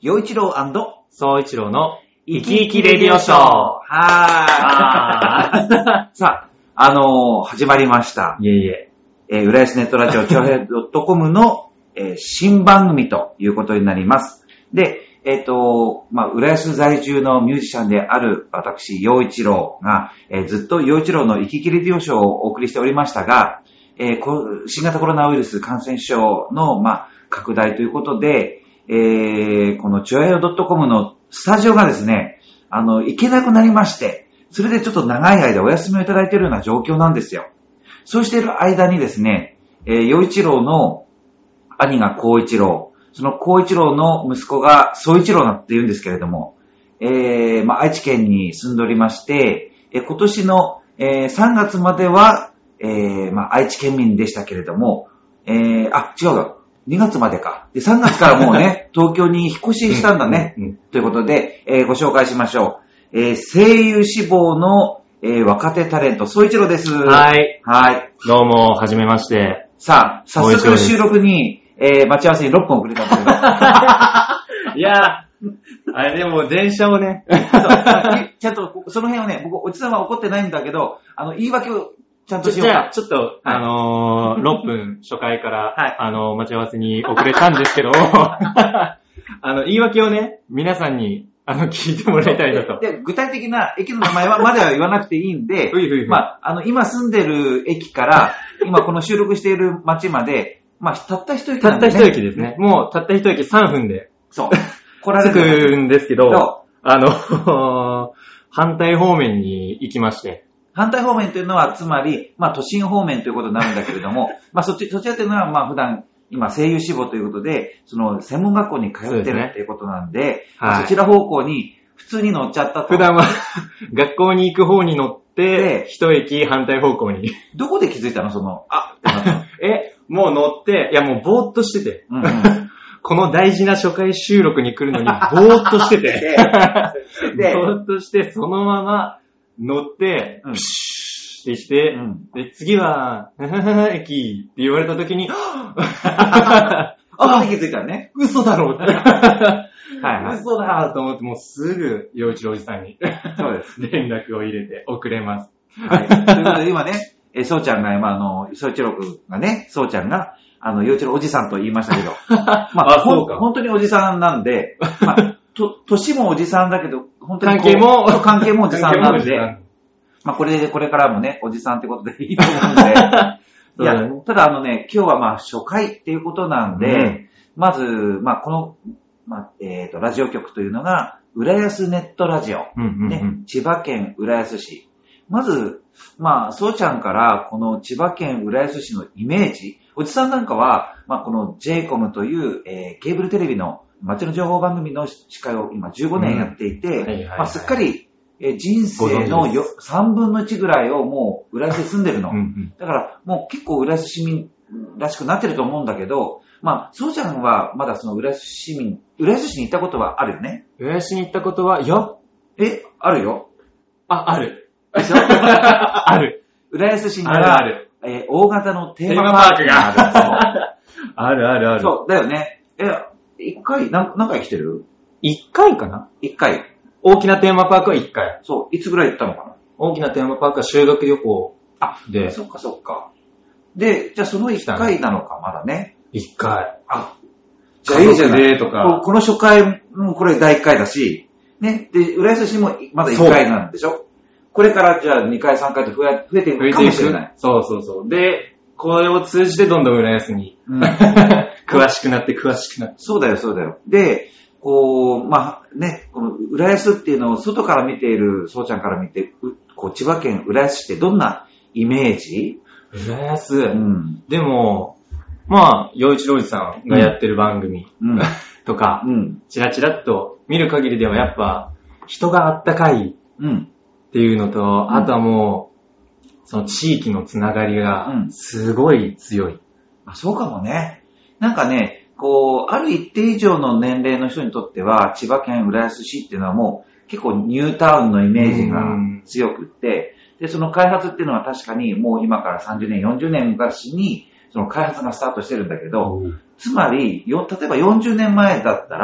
陽一郎& 総一郎の生き生きレディオショー。 はーい。さあ、始まりました。 いえいえ。 浦安ネットラジオ長平.com の、新番組ということになります。で、浦安在住のミュージシャンである私、陽一郎が、ずっと陽一郎の生き生きレディオショーをお送りしておりましたが、新型コロナウイルス感染症の、拡大ということで、このちょやよ .com のスタジオがですね、行けなくなりまして、それでちょっと長い間お休みをいただいているような状況なんですよ。そうしている間にですね、陽一郎の兄が光一郎、その光一郎の息子が総一郎って言うんですけれども、愛知県に住んでおりまして、今年の、3月までは、愛知県民でしたけれども、違うわ。2月までか。で、3月からもうね、東京に引っ越ししたんだね。ということで、ご紹介しましょう。声優志望の、若手タレント、総一郎です。 はい。 はい。 どうも、はじめまして。 さあ、早速収録に、待ち合わせに6分遅れたんだけど。 いやあれでも電車をね。 ちゃんと、その辺をね、僕、おじさんは怒ってないんだけど、言い訳を、ちゃんとしようか。 ちょっと、6分初回から、待ち合わせに遅れたんですけど、言い訳をね、皆さんに、聞いてもらいたいなと。 で、具体的な駅の名前はまでは言わなくていいんで、今住んでる駅から、今この収録している街まで、たった一駅なんでね。 たった一駅ですね。もう、たった一駅3分で。 そう。来られ着くんですけど、反対方面に行きまして。 反対方面というのは、つまり、都心方面ということになるんだけれども、そちらというのは、普段、今、声優志望ということで、その、専門学校に通ってるっていうことなんで、そちら方向に普通に乗っちゃったと。 普段は、学校に行く方に乗って、一駅反対方向に。 どこで気づいたのってなったのもう乗って、いやもうぼーっとしてて。この大事な初回収録に来るのにぼーっとしてて。ぼーっとして、そのまま乗って、プシューってして、で、次は、駅って言われた時に、 あ気づいたね。 嘘だろうって。嘘だと思って、もうすぐ、陽一郎おじさんに、 そうです。 連絡を入れて送れます。 はい。ということで今ね、そうちゃんが、総一郎くんがね、そうちゃんが、陽一郎おじさんと言いましたけど、 そうか。 本当におじさんなんで、年もおじさんだけど、本当に関係もおじさんなんで、これからもね、おじさんってことでいいと思うんで、いや、ただ今日は初回っていうことなんで、まず、この、ラジオ局というのが、浦安ネットラジオ、千葉県浦安市。まず、そうちゃんから、この千葉県浦安市のイメージ、おじさんなんかは、この JCOM という、ケーブルテレビの街の情報番組の司会を今15年やっていて、すっかり、人生の3分の1ぐらいをもう浦安に住んでるの。だからもう結構浦安市民らしくなってると思うんだけど、そうちゃんはまだその浦安市に行ったことはあるよね？ 浦安に行ったことは、 あるよ。 ある。 でしょある。 浦安市には、大型のテーマパークがある。ある。 そう、だよね。一回、何回来てる？ 1 回かな？ 1回。 大きなテーマパークは1回。 そう、いつぐらい行ったのかな？ 大きなテーマパークは修学旅行で。 そっか。で、じゃあその1回なのか、まだね。 1回。 じゃあいいじゃないとか。 この初回、これ第1回だし、ね。で、浦安市もまだ1回なんでしょ？これからじゃあ2回3回と増えていくかもしれない。 そう。で、これを通じてどんどん浦安に、詳しくなって。 そうだよ。で、この浦安っていうのを外から見ている、そうちゃんから見て、千葉県浦安市ってどんなイメージ？ 浦安、でも、陽一郎おじさんがやってる番組とか、チラチラっと見る限りではやっぱ、人があったかいっていうのと、あとはもう、その地域のつながりがすごい強い。 そうかもね。なんかね、ある一定以上の年齢の人にとっては、千葉県浦安市っていうのはもう結構ニュータウンのイメージが強くって、で、その開発っていうのは確かにもう今から30年、40年昔にその開発がスタートしてるんだけど、つまり、例えば40年前だったら、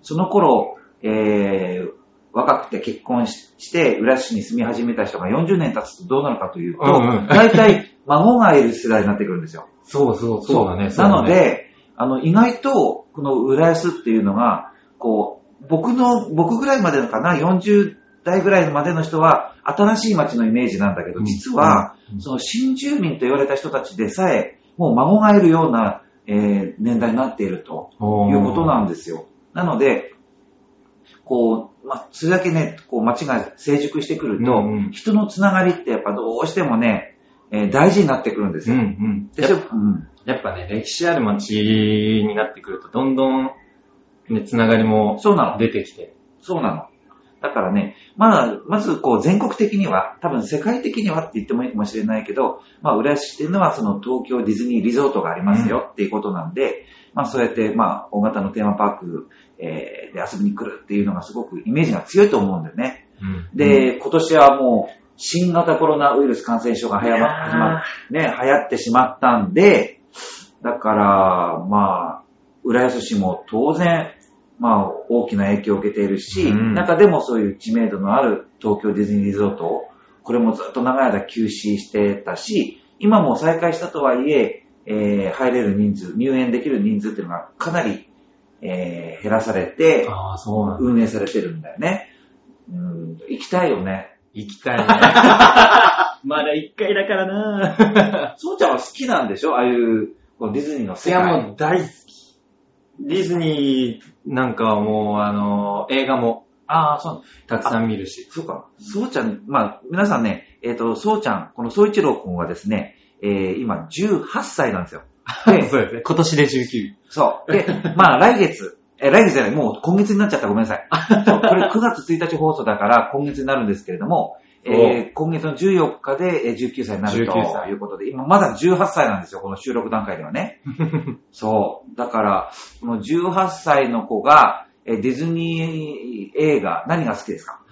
その頃、若くて結婚して、浦安市に住み始めた人が40年経つとどうなるかというと、大体孫がいる世代になってくるんですよ。 そうだね。 なので、意外と、この浦安っていうのが、こう、僕ぐらいまでのかな、40代ぐらいまでの人は、新しい街のイメージなんだけど、実は、その新住民と言われた人たちでさえ、もう孫がいるような、年代になっているということなんですよ。なので、こう、それだけね、こう街が成熟してくると、人のつながりってやっぱどうしてもね、大事になってくるんですよ。 やっぱね、歴史ある街になってくると、どんどん、ね、つながりも出てきて。 そうなの。だからね、まずこう全国的には、多分世界的にはって言ってもいいかもしれないけど、浦安市っていうのはその東京ディズニーリゾートがありますよっていうことなんで、そうやって大型のテーマパーク、で遊びに来るっていうのがすごくイメージが強いと思うんだよね。で、今年はもう新型コロナウイルス感染症が流行ってしまったんで、だから浦安市も当然大きな影響を受けているし、中でもそういう知名度のある東京ディズニーリゾートを、これもずっと長い間休止してたし、今も再開したとはいえ、入れる人数、入園できる人数っていうのがかなり、減らされて、運営されてるんだよね。行きたいよね。 行きたいね。まだ1回だからな。 そうちゃんは好きなんでしょ？ああいうディズニーの世界。 いやもう大好き。ディズニーなんかはもう、映画も、たくさん見るし。 そうか。そうちゃん、皆さんね、そうちゃん、このそういちろうくんはですね、今18歳なんですよ。 そうですね。今年で19。 そう。で、来月じゃない、もう今月になっちゃった、ごめんなさい。これ9月1日放送だから今月になるんですけれども、今月の14日で19歳になるということで、今まだ18歳なんですよ、この収録段階ではね。そう。だから、この18歳の子が、ディズニー映画、何が好きですか？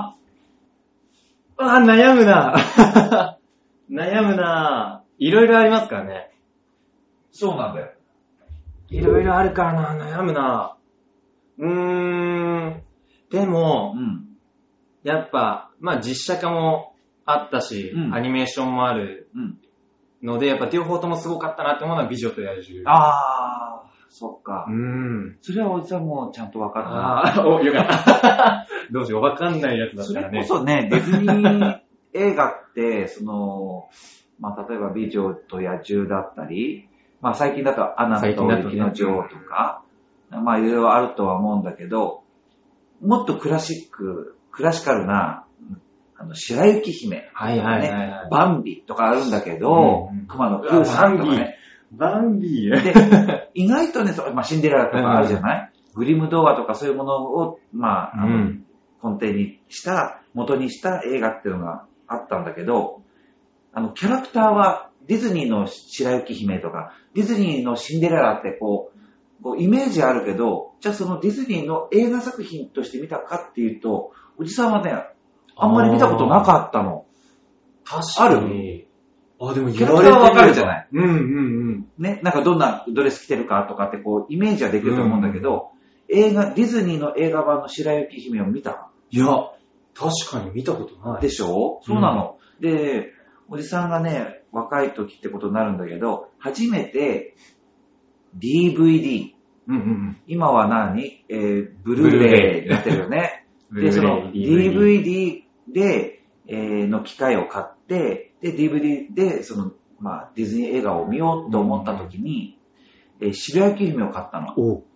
悩むな。悩むな。いろいろありますからね。 そうなんだよ。 いろいろあるからな、悩むな。でも、やっぱ、実写化もあったし、アニメーションもあるので、やっぱ両方ともすごかったなって思うのは美女と野獣。 そっか。それはおじさんもちゃんと分かった。 よかった。どうしよう、分かんないやつだったらね。 それこそね、ディズニー映画って、例えば美女と野獣だったり、最近だとアナと雪の女王とか、いろいろあるとは思うんだけど、もっとクラシカルな、白雪姫、バンビとかあるんだけど、熊野プーさんとかね。 バンビーで、意外とね、シンデレラとかあるじゃない、グリム童話とかそういうものを、根底に元にした映画っていうのがあったんだけど、キャラクターはディズニーの白雪姫とか、ディズニーのシンデレラってこうイメージあるけど、じゃあそのディズニーの映画作品として見たかっていうと、おじさんはね、あんまり見たことなかったの。 確かに。でもキャラクターはわかるじゃない。 ね、 なんかどんなドレス着てるかとかってイメージはできると思うんだけど、ディズニーの映画版の白雪姫を見た？ いや、確かに見たことない。 でしょ？そうなの。で、おじさんがね、若い時ってことになるんだけど、初めて DVD、今はブルーレイになってるよね。で、その DVD で、の機械を買って、で、DVD で、ディズニー映画を見ようと思った時に、白雪姫を買ったの。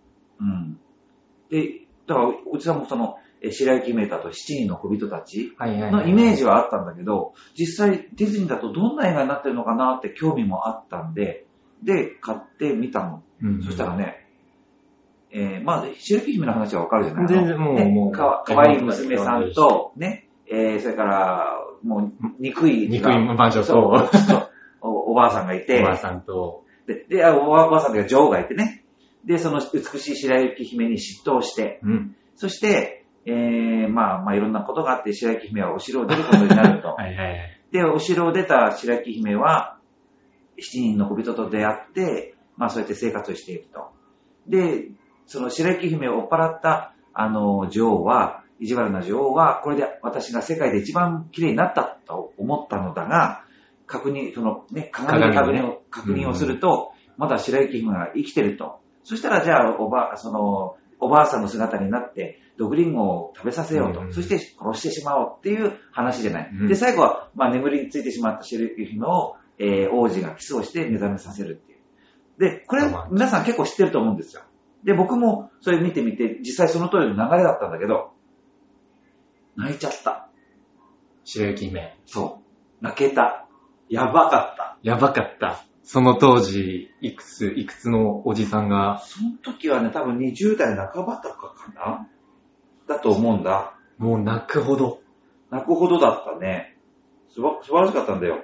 で、だから、おじさんも白雪姫とあと7人の小人たちのイメージはあったんだけど、実際ディズニーだとどんな映画になってるのかなって興味もあったんで、買ってみたの。そしたらね、白雪姫の話はわかるじゃない？ 全然もう、 かわいい娘さんと、ね、それから、もう、憎い魔女と、 おばあさんがいて、 おばあさんと、 で、おばあさんが女王がいてね、で、その美しい白雪姫に嫉妬して、そして、いろんなことがあって白雪姫はお城を出ることになると。で、お城を出た白雪姫は、7人の小人と出会って、そうやって生活をしていくと。で、 その白雪姫を追っ払った、女王は、意地悪な女王は、これで私が世界で一番綺麗になったと思ったのだが、鏡で確認をすると、まだ白雪姫が生きてると。そしたらじゃあ、おばあさんの姿になって、毒リンゴを食べさせようと。そして殺してしまおうっていう話じゃない。で、最後は、眠りについてしまった白雪姫を、王子がキスをして目覚めさせるっていう。で、これ、皆さん結構知ってると思うんですよ。で、僕もそれ見てみて、実際その通りの流れだったんだけど、泣いちゃった。 白雪姫。 そう。泣けた。やばかった。 やばかった。その当時、いくつのおじさんが。 その時はね、多分20代半ばとかかなだと思うんだ。 もう泣くほど。 泣くほどだったね。素晴らしかったんだよ。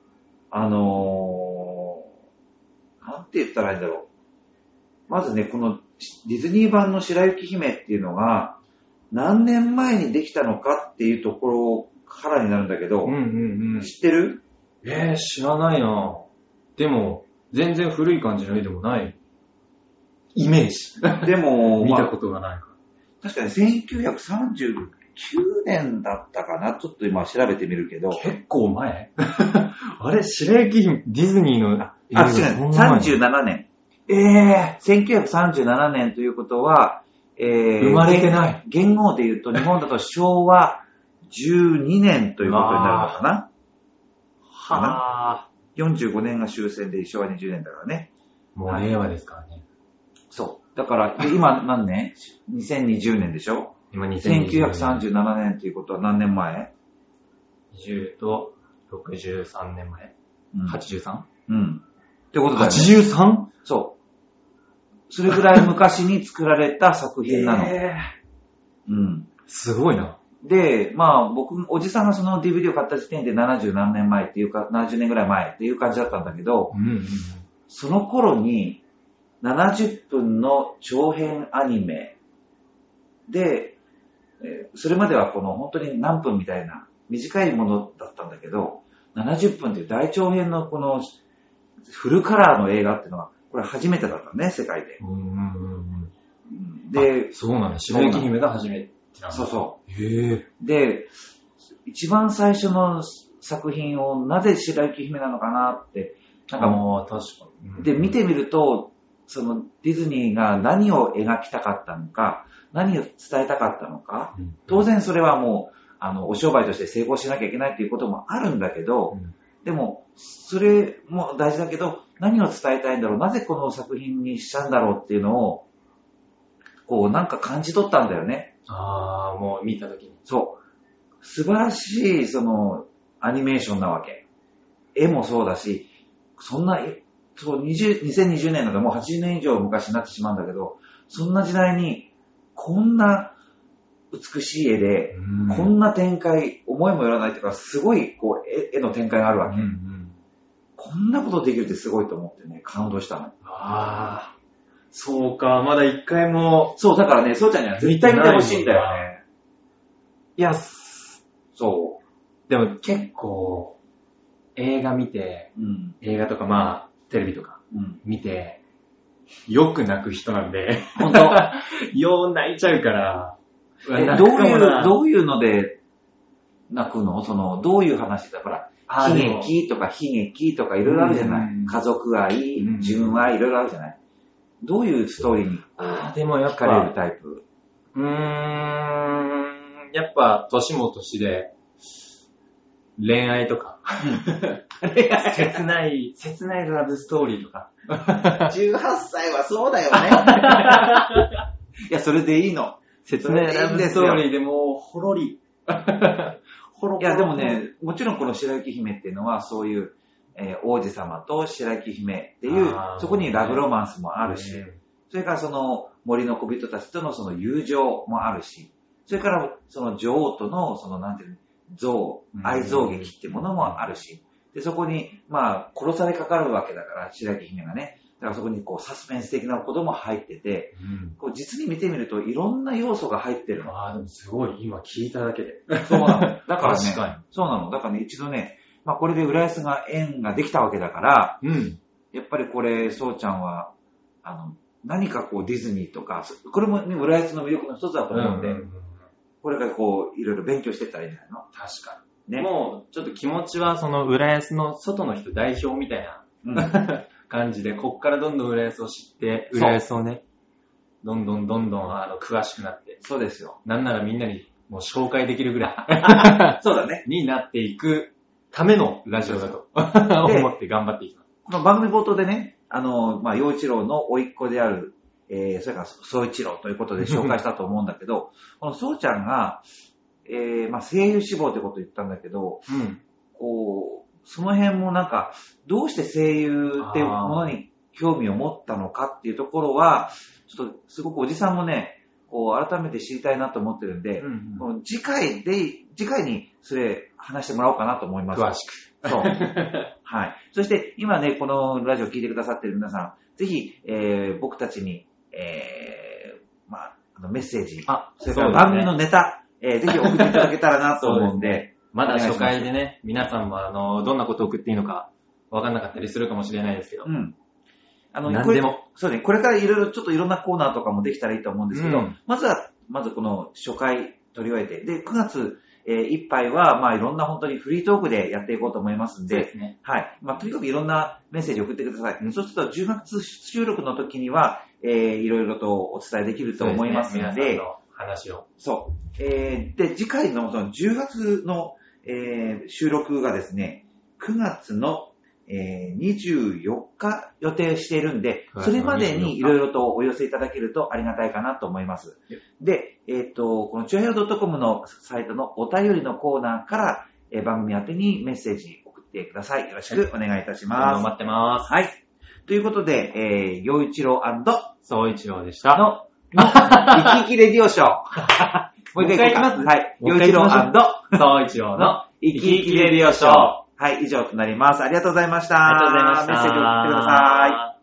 なんて言ったらいいんだろう。まずね、このディズニー版の白雪姫っていうのが、何年前にできたのかっていうところからになるんだけど、知ってる？ 知らないな。でも、全然古い感じの絵でもないイメージ。 でも、 見たことがないから。 確かに1939年だったかな。ちょっと今調べてみるけど。 結構前あれ、白雪姫、ディズニーの。 違う。37年。1937年ということは、 生まれてない。 元号で言うと、日本だと昭和12年ということになるのかな。 はぁ。 45年が終戦で昭和20年だからね。 もう令和ですからね。 そう。だから、今何年 ?2020 年でしょ？ 今2020 年。1937年ということは何年前？ 20と63年前。83？ うん。ってことだよね。 83？ そう。それぐらい昔に作られた作品なの。うん。 すごいな。 で、僕、おじさんがその DVD を買った時点で70何年前っていうか、70年ぐらい前っていう感じだったんだけど、その頃に70分の長編アニメで、それまではこの本当に何分みたいな短いものだったんだけど、70分っていう大長編のこのフルカラーの映画っていうのは、これ初めてだったね、世界で。で、 そうなんだ。白雪姫が初めて。 そうそう。 へえ。 で、一番最初の作品をなぜ白雪姫なのかなって、 確かに。で、見てみると、そのディズニーが何を描きたかったのか、何を伝えたかったのか、当然それはもう、お商売として成功しなきゃいけないっていうこともあるんだけど、でも、それも大事だけど、何を伝えたいんだろう、なぜこの作品にしたんだろうっていうのを、なんか感じ取ったんだよね。 もう見たときに。 そう。素晴らしい、アニメーションなわけ。絵もそうだし、2020年なんかもう80年以上昔になってしまうんだけど、そんな時代に、こんな美しい絵で、こんな展開、思いもよらないというか、すごい、絵の展開があるわけ。こんなことできるってすごいと思ってね、感動したの。 そうか、まだ一回も。 そう、だからね、そうちゃんには絶対見てほしいんだよね。 いや、 そう。 でも結構、映画見て、映画とかテレビとか見て、よく泣く人なんで、 本当よう泣いちゃうから、 どういうので泣くの？どういう話だから、悲劇とか悲劇とかいろいろあるじゃない。家族愛、純愛いろいろあるじゃない。どういうストーリーにでもやっぱ惹かれるタイプ？ やっぱ年も年で恋愛とか切ないラブストーリーとか 18歳はそうだよね。いや、それでいいの。 切ないラブストーリーでもうほろり。いや、でもね、もちろんこの白雪姫っていうのはそういう王子様と白雪姫っていう、そこにラブロマンスもあるし、それからその森の小人たちとのその友情もあるし、それからその女王とのなんていうの、愛憎劇っていうものもあるし、で、そこに殺されかかるわけだから、白雪姫がね、だからそこにサスペンス的なことも入ってて、実に見てみるといろんな要素が入ってるの。 でもすごい、今聞いただけで。 そうなの。だからね、 確かに。 そうなの。だからね、一度ね、これで浦安が縁ができたわけだから、やっぱりこれ、そうちゃんは、 何かこうディズニーとか、これもね、浦安の魅力の一つだと思うんで、これからこう、いろいろ勉強していったらいいんじゃないの？ 確かに。ね。もう、ちょっと気持ちは、その浦安の外の人代表みたいな、感じで、こっからどんどん浦安を知って、浦安をね、どんどん詳しくなって。 そうですよ。 なんならみんなにもう紹介できるぐらい。そうだね。 になっていくためのラジオだと思って頑張っていきます。 この番組冒頭でね、陽一郎の甥っ子である、それから宗一郎ということで紹介したと思うんだけど、この宗ちゃんが、声優志望ってことを言ったんだけど、こう、その辺もなんか、どうして声優っていうものに興味を持ったのかっていうところは、ちょっとすごくおじさんもね、こう改めて知りたいなと思ってるんで、この次回にそれ話してもらおうかなと思います。 詳しく。 そう。はい。そして今ね、このラジオ聞いてくださってる皆さん、ぜひ、僕たちに、メッセージ、それから番組のネタ、ぜひ送っていただけたらなと思うんで、 まだ初回でね、皆さんもどんなことを送っていいのか分かんなかったりするかもしれないですけど。 何でも。そうね、これからいろいろちょっといろんなコーナーとかもできたらいいと思うんですけど、まずこの初回取り終えて、で、9月いっぱいは、いろんな本当にフリートークでやっていこうと思いますんで、 そうですね。 はい。とにかくいろんなメッセージを送ってください。そうすると10月収録の時には、いろいろとお伝えできると思いますので、 皆さんの話を。 そう。で、次回のその10月の、収録がですね、9月の24日予定しているんで、それまでにいろいろとお寄せいただけるとありがたいかなと思います。で、このチュアヘオ .com のサイトのお便りのコーナーから、番組宛てにメッセージ送ってください。よろしくお願いいたします。 待ってます。 はい。ということで、陽一郎& 宗一郎でした。 の生き生きレディオショー。もう一回いきます。はい。陽一郎& 宗一郎の生き生きレディオショー。 はい、以上となります。ありがとうございました。 ありがとうございました。 メッセージ送ってください。